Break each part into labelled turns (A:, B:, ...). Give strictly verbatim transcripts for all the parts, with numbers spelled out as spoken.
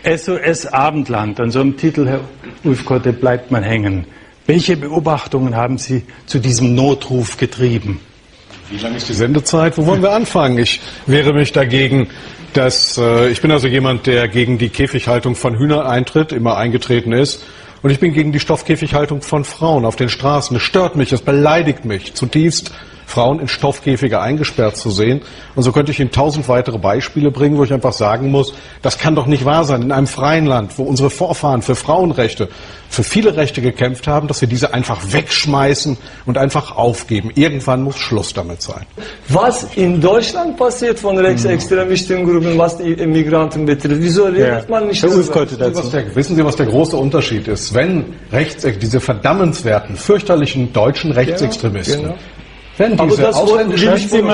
A: S O S Abendland, an so einem Titel, Herr Ulfkotte, bleibt man hängen. Welche Beobachtungen haben Sie zu diesem Notruf getrieben?
B: Wie lange ist die Sendezeit? Wo wollen wir anfangen? Ich wehre mich dagegen, dass äh, ich bin also jemand, der gegen die Käfighaltung von Hühnern eintritt, immer eingetreten ist. Und ich bin gegen die Stoffkäfighaltung von Frauen auf den Straßen. Es stört mich, es beleidigt mich zutiefst, Frauen in Stoffkäfige eingesperrt zu sehen. Und so könnte ich Ihnen tausend weitere Beispiele bringen, wo ich einfach sagen muss, das kann doch nicht wahr sein. In einem freien Land, wo unsere Vorfahren für Frauenrechte, für viele Rechte gekämpft haben, dass wir diese einfach wegschmeißen und einfach aufgeben. Irgendwann muss Schluss damit sein.
C: Was in Deutschland passiert von rechtsextremistischen Gruppen, was die Migranten betrifft? Wieso redet man nicht darüber?
B: Wissen Sie, was der große Unterschied ist? Wenn Rechts, diese verdammenswerten, fürchterlichen deutschen Rechtsextremisten, genau, genau. Wenn diese, ausländische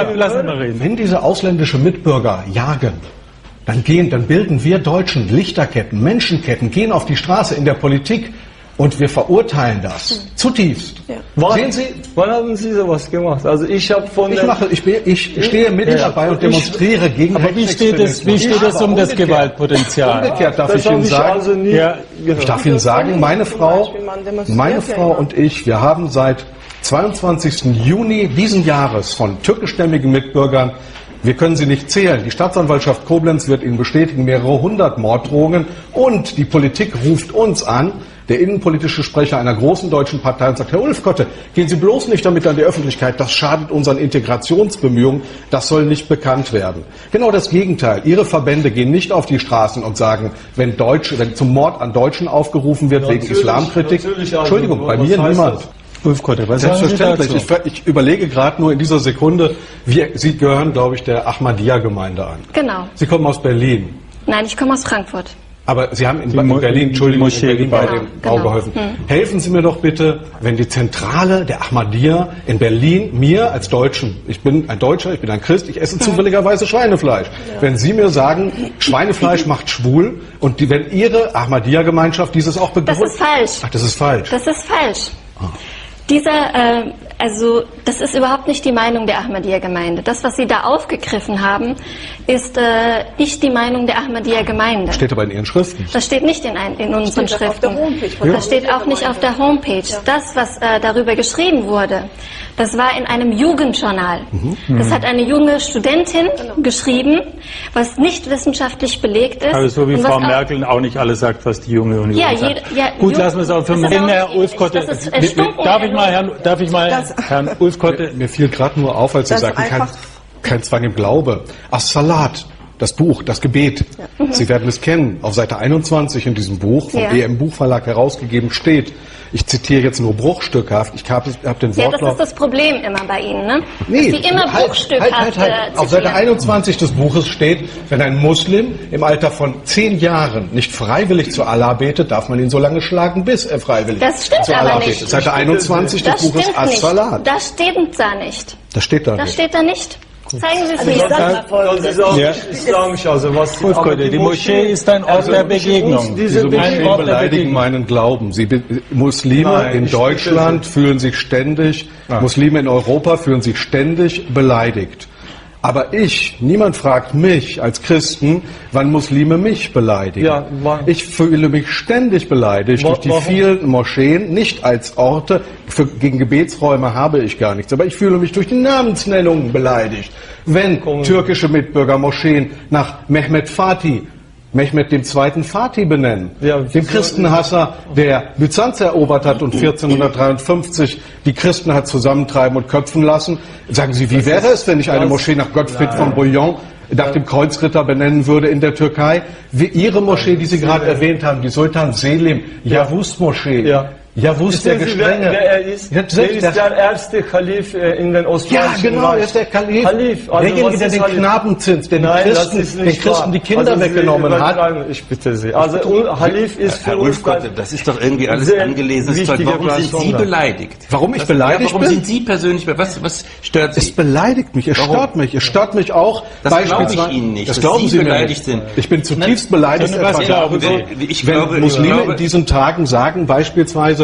B: wenn diese ausländische Mitbürger jagen, dann gehen, dann bilden wir Deutschen Lichterketten, Menschenketten, gehen auf die Straße in der Politik und wir verurteilen das zutiefst.
C: Ja. Wann, Sehen Sie? Wann haben Sie sowas gemacht? Also ich habe von
B: ich, mache, ich, ich stehe mit ja. dabei und demonstriere ich, gegen
A: Aber wie steht es, wie steht es um das Gewaltpotenzial?
B: Umgekehrt darf ich Ihnen sagen, also ja. ich darf Ihnen sagen, meine Frau, meine Frau und ich, wir haben seit zweiundzwanzigsten Juni diesen Jahres von türkischstämmigen Mitbürgern, wir können sie nicht zählen, die Staatsanwaltschaft Koblenz wird Ihnen bestätigen, mehrere hundert Morddrohungen und die Politik ruft uns an, der innenpolitische Sprecher einer großen deutschen Partei, und sagt, Herr Ulfkotte, gehen Sie bloß nicht damit an die Öffentlichkeit, das schadet unseren Integrationsbemühungen, das soll nicht bekannt werden. Genau das Gegenteil. Ihre Verbände gehen nicht auf die Straßen und sagen, wenn, Deutsche, wenn zum Mord an Deutschen aufgerufen wird wegen Islamkritik, Entschuldigung, bei mir niemand.
A: Ulfkotte, was
B: Selbstverständlich. Ich, ich überlege gerade nur in dieser Sekunde, wie, Sie gehören, glaube ich, der Ahmadiyya-Gemeinde an.
D: Genau.
B: Sie kommen aus Berlin.
D: Nein, ich komme aus Frankfurt.
B: Aber Sie haben in, in Berlin, Entschuldigung, in Berlin bei dem Bau geholfen. Hm. Helfen Sie mir doch bitte, wenn die Zentrale der Ahmadiyya in Berlin mir als Deutschen, ich bin ein Deutscher, ich bin ein Christ, ich esse hm. zufälligerweise Schweinefleisch. Ja. Wenn Sie mir sagen, Schweinefleisch macht schwul und die, wenn Ihre Ahmadiyya-Gemeinschaft dieses auch begründet.
D: Das ist falsch.
B: Ach, das ist falsch.
D: Das ist falsch. Ah. Dieser, äh, also das ist überhaupt nicht die Meinung der Ahmadiyya-Gemeinde. Das, was Sie da aufgegriffen haben, ist äh, nicht die Meinung der Ahmadiyya-Gemeinde.
B: Steht aber in Ihren Schriften.
D: Das steht nicht in, ein, in unseren
E: steht
D: Schriften.
E: Auf der Homepage.
D: Ja. Das steht auch nicht auf der Homepage. Das, was äh, darüber geschrieben wurde, das war in einem Jugendjournal. Mhm. Das hat eine junge Studentin genau. geschrieben, was nicht wissenschaftlich belegt ist.
A: Also so wie Frau Merkel auch nicht alles sagt, was die junge Union
D: ja,
A: sagt.
D: Ja,
A: Gut, lassen wir es auch für mich. Herr Ulfkotte, darf ich mal, Herrn, darf ich mal,
E: das,
A: Herrn Ulfkotte.
B: Mir, mir fiel gerade nur auf, als Sie sagten, kein, kein Zwang im Glaube. As-Salat, das Buch, das Gebet. Ja. Mhm. Sie werden es kennen. Auf Seite einundzwanzig in diesem Buch, vom ja. E M Buchverlag herausgegeben, steht, ich zitiere jetzt nur bruchstückhaft, ich habe hab den Wortlaut...
D: Ja, das ist das Problem immer bei Ihnen, ne?
B: Nee,
D: dass Sie immer
B: halt,
D: bruchstückhaft
B: halt, halt, halt. Auf Seite einundzwanzig des Buches steht, wenn ein Muslim im Alter von zehn Jahren nicht freiwillig zu Allah betet, darf man ihn so lange schlagen, bis er freiwillig
D: das stimmt
B: zu
D: aber
B: Allah
D: nicht.
B: betet. Seite einundzwanzig des Buches As-Salat.
D: Das stimmt da nicht.
B: Das steht da
D: das
B: nicht.
D: Das steht da nicht. Zeigen Sie es
E: also
D: mir.
C: Das ist auch
A: ja.
C: islamisch, also was...
A: Die, die Moschee ist ein Ort
C: also
A: der Begegnung.
B: Diese Moscheen beleidigen meinen Glauben. Sie, Muslime Nein, in Deutschland fühlen sich ständig, ja. Muslime in Europa fühlen sich ständig beleidigt. Aber ich, niemand fragt mich als Christen, wann Muslime mich beleidigen. Ja, ich fühle mich ständig beleidigt durch die vielen Moscheen, nicht als Orte, für, gegen Gebetsräume habe ich gar nichts, aber ich fühle mich durch die Namensnennungen beleidigt. Wenn türkische Mitbürger Moscheen nach Mehmet Fatih, Mehmet dem Zweiten Fatih benennen, ja, dem Christenhasser, der Byzanz erobert hat und vierzehnhundertdreiundfünfzig die Christen hat zusammentreiben und köpfen lassen. Sagen Sie, wie wäre es, wenn ich eine Moschee nach Gottfried von Bouillon, nach dem Kreuzritter benennen würde in der Türkei? Wie Ihre Moschee, die Sie gerade erwähnt haben, die Sultan Selim Yavuz Moschee. Ja. Yavuz der Gestrenge.
C: Wer er ist? Ja, er ist der erste Kalif in den Osmanischen
B: Ja, genau, er ist der Kalif. Kalif. Also derjenige, der den Knabenzins, der den Christen, den Christen die Kinder also weggenommen hat.
C: Ich bitte Sie. Also Kalif ist für
F: Herr
C: uns...
F: Ulfkotte, das ist doch irgendwie alles angelesenes Zeug. Warum sind Sie beleidigt?
B: Warum ich beleidigt
F: bin? Warum sind Sie persönlich beleidigt? Was, was stört Sie?
B: Es beleidigt mich, es stört mich. Es stört mich auch.
F: Das glaube ich Ihnen nicht,
B: das glauben Sie
F: beleidigt sind.
B: Ich bin zutiefst beleidigt.
F: Ich glaube,
B: wenn Muslime in diesen Tagen sagen beispielsweise,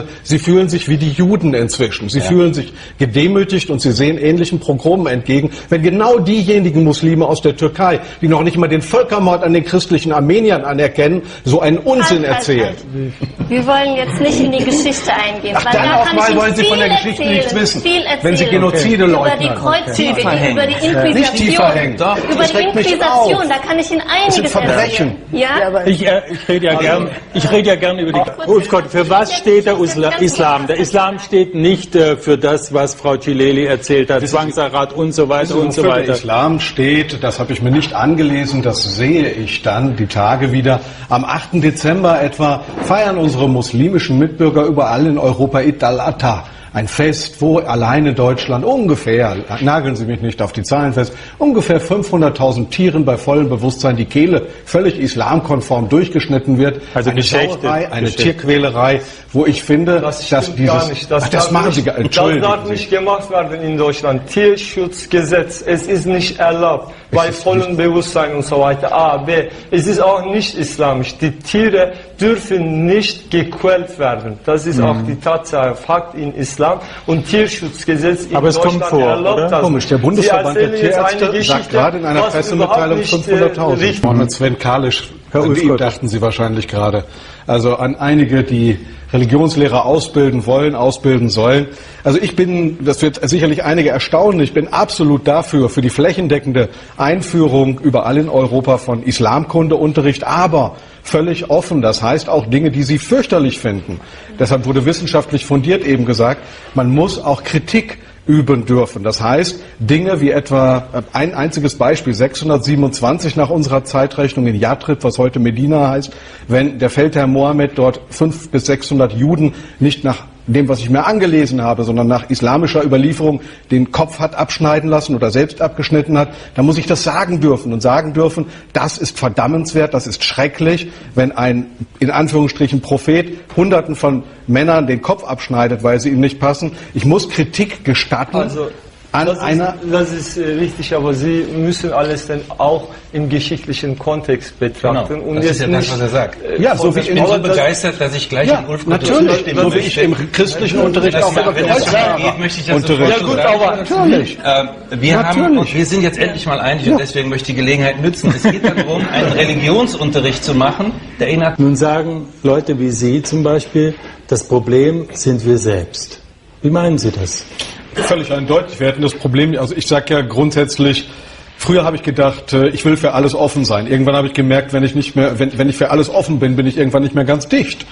B: sie fühlen sich wie die Juden inzwischen. Sie ja. fühlen sich gedemütigt und sie sehen ähnlichen Pogromen entgegen, wenn genau diejenigen Muslime aus der Türkei, die noch nicht mal den Völkermord an den christlichen Armeniern anerkennen, so einen Unsinn halt, erzählen. Halt,
D: halt. Wir wollen jetzt nicht in die Geschichte eingehen.
B: Ach, dann auch mal wollen Sie von der Geschichte erzählen, nichts wissen. Wenn Sie Genozide leugnen.
D: Über die Kreuzzüge,
B: okay.
D: über die Inquisition.
B: Nicht tiefer hängen.
D: Doch, über die Inquisition, da kann ich Ihnen einiges
B: das sind Verbrechen.
D: Ja?
A: Ja, ich, äh, ich rede ja gern, ich rede ja gern über die. Ulfgott, für was steht der Islam? Der Islam steht nicht äh, für das, was Frau Cileli erzählt hat, Zwangsheirat und so weiter und so weiter.
B: Der Islam steht, das habe ich mir nicht angelesen, das sehe ich dann die Tage wieder. Am achten Dezember etwa feiern unsere muslimischen Mitbürger überall in Europa Eid al-Adha. Ein Fest, wo alleine Deutschland ungefähr, nageln Sie mich nicht auf die Zahlen fest, ungefähr fünfhunderttausend Tieren bei vollem Bewusstsein die Kehle völlig islamkonform durchgeschnitten wird.
A: Also
B: eine Sauerei, eine Tierquälerei, wo ich finde,
C: das
B: dass dieses...
C: Gar nicht. Das,
B: ach, das machen
C: nicht,
B: Sie gar nicht. Das
C: darf nicht gemacht werden in Deutschland. Tierschutzgesetz, es ist nicht erlaubt, bei vollem Bewusstsein und so weiter. A, B, es ist auch nicht islamisch. Die Tiere dürfen nicht gequält werden. Das ist mhm. auch die Tatsache, Fakt in Islam. Und Tierschutzgesetz in
A: Aber es
C: Deutschland
A: kommt vor,
C: erlaubt
A: oder?
C: das.
B: Komisch, der Bundesverband der Tierärzte sagt gerade in einer Pressemitteilung fünfhunderttausend. Mohammed Sven Kalisch, an ihn dachten Sie wahrscheinlich gerade. Also an einige, die Religionslehrer ausbilden wollen, ausbilden sollen. Also ich bin, das wird sicherlich einige erstaunen, ich bin absolut dafür, für die flächendeckende Einführung überall in Europa von Islamkundeunterricht, aber völlig offen. Das heißt auch Dinge, die Sie fürchterlich finden. Deshalb wurde wissenschaftlich fundiert eben gesagt, man muss auch Kritik üben dürfen. Das heißt, Dinge wie etwa, ein einziges Beispiel, sechshundertsiebenundzwanzig nach unserer Zeitrechnung in Yathrib, was heute Medina heißt, wenn der Feldherr Mohammed dort fünfhundert bis sechshundert Juden nicht nach dem, was ich mir angelesen habe, sondern nach islamischer Überlieferung den Kopf hat abschneiden lassen oder selbst abgeschnitten hat, dann muss ich das sagen dürfen und sagen dürfen, das ist verdammenswert, das ist schrecklich, wenn ein, in Anführungsstrichen, Prophet Hunderten von Männern den Kopf abschneidet, weil sie ihm nicht passen. Ich muss Kritik gestatten.
C: Also
B: An
C: das,
B: einer
C: ist, das ist äh, richtig, aber Sie müssen alles dann auch im geschichtlichen Kontext betrachten.
E: Genau.
C: Und
E: das
C: jetzt
E: ist ja
C: nicht,
E: das, was er sagt.
C: Äh,
B: ja, so wie
E: ich bin so begeistert, dass ich gleich
B: ja,
E: in Ulf
B: natürlich, so wie ich im christlichen Unterricht auch über
E: geht, möchte ich das
B: Unterricht.
C: Ja gut, aber
B: natürlich.
E: Ähm, wir,
B: natürlich.
E: Haben, und wir sind jetzt endlich mal einig, ja. Und deswegen möchte ich die Gelegenheit nutzen. Es geht darum, einen Religionsunterricht zu machen, der erinnert.
A: Nun sagen Leute wie Sie zum Beispiel, das Problem sind wir selbst. Wie meinen Sie das?
B: Völlig eindeutig. Wir hatten das Problem, also ich sage ja grundsätzlich, früher habe ich gedacht, ich will für alles offen sein. Irgendwann habe ich gemerkt, wenn ich nicht mehr, wenn, wenn ich für alles offen bin, bin ich irgendwann nicht mehr ganz dicht.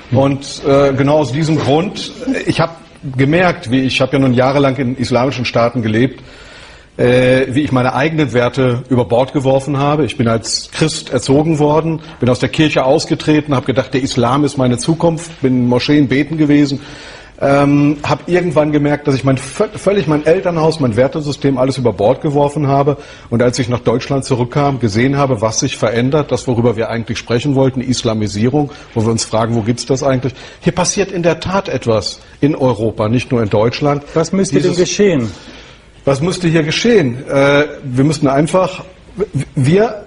B: Und äh, genau aus diesem Grund, ich habe gemerkt, wie ich habe ja nun jahrelang in islamischen Staaten gelebt, äh, wie ich meine eigenen Werte über Bord geworfen habe. Ich bin als Christ erzogen worden, bin aus der Kirche ausgetreten, habe gedacht, der Islam ist meine Zukunft, bin in Moscheen beten gewesen. Ähm, habe irgendwann gemerkt, dass ich mein, völlig mein Elternhaus, mein Wertesystem alles über Bord geworfen habe und als ich nach Deutschland zurückkam, gesehen habe, was sich verändert, das worüber wir eigentlich sprechen wollten, Islamisierung, wo wir uns fragen, wo gibt's das eigentlich? Hier passiert in der Tat etwas in Europa, nicht nur in Deutschland.
A: Was müsste
B: Dieses,
A: denn geschehen?
B: Was müsste hier geschehen? Äh, wir müssten einfach, wir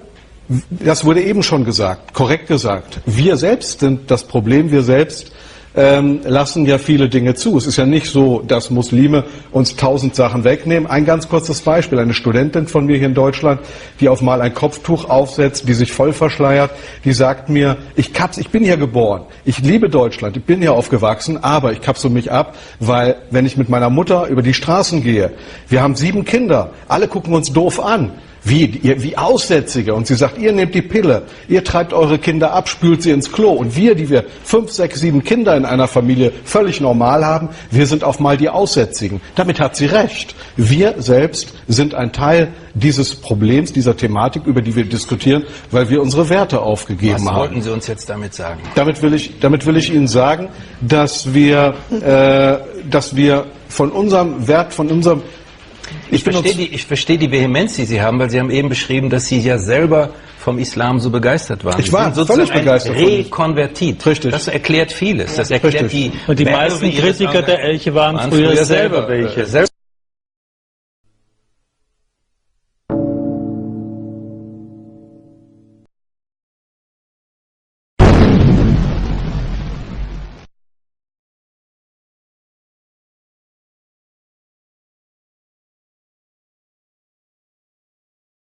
B: das wurde eben schon gesagt, korrekt gesagt, wir selbst sind das Problem, wir selbst Ähm, lassen ja viele Dinge zu. Es ist ja nicht so, dass Muslime uns tausend Sachen wegnehmen. Ein ganz kurzes Beispiel. Eine Studentin von mir hier in Deutschland, die auf mal ein Kopftuch aufsetzt, die sich voll verschleiert, die sagt mir, ich kapse, ich bin hier geboren, ich liebe Deutschland, ich bin hier aufgewachsen, aber ich kapsel mich ab, weil wenn ich mit meiner Mutter über die Straßen gehe, wir haben sieben Kinder, alle gucken uns doof an. Wie, ihr, wie Aussätzige. Und sie sagt, ihr nehmt die Pille, ihr treibt eure Kinder ab, spült sie ins Klo. Und wir, die wir fünf, sechs, sieben Kinder in einer Familie völlig normal haben, wir sind auf mal die Aussätzigen. Damit hat sie recht. Wir selbst sind ein Teil dieses Problems, dieser Thematik, über die wir diskutieren, weil wir unsere Werte aufgegeben haben.
E: Was wollten Sie uns jetzt damit sagen?
B: Damit will ich, damit will ich Ihnen sagen, dass wir, äh, dass wir von unserem Wert, von unserem
E: Ich verstehe, die, ich verstehe die Vehemenz, die Sie haben, weil Sie haben eben beschrieben, dass Sie ja selber vom Islam so begeistert waren.
B: Ich war völlig begeistert.
E: Rekonvertit.
B: Richtig.
E: Das erklärt vieles. Das erklärt
B: Richtig.
E: die.
A: Und die meisten Kritiker der Elche waren, waren früher, früher selber welche.
E: Selber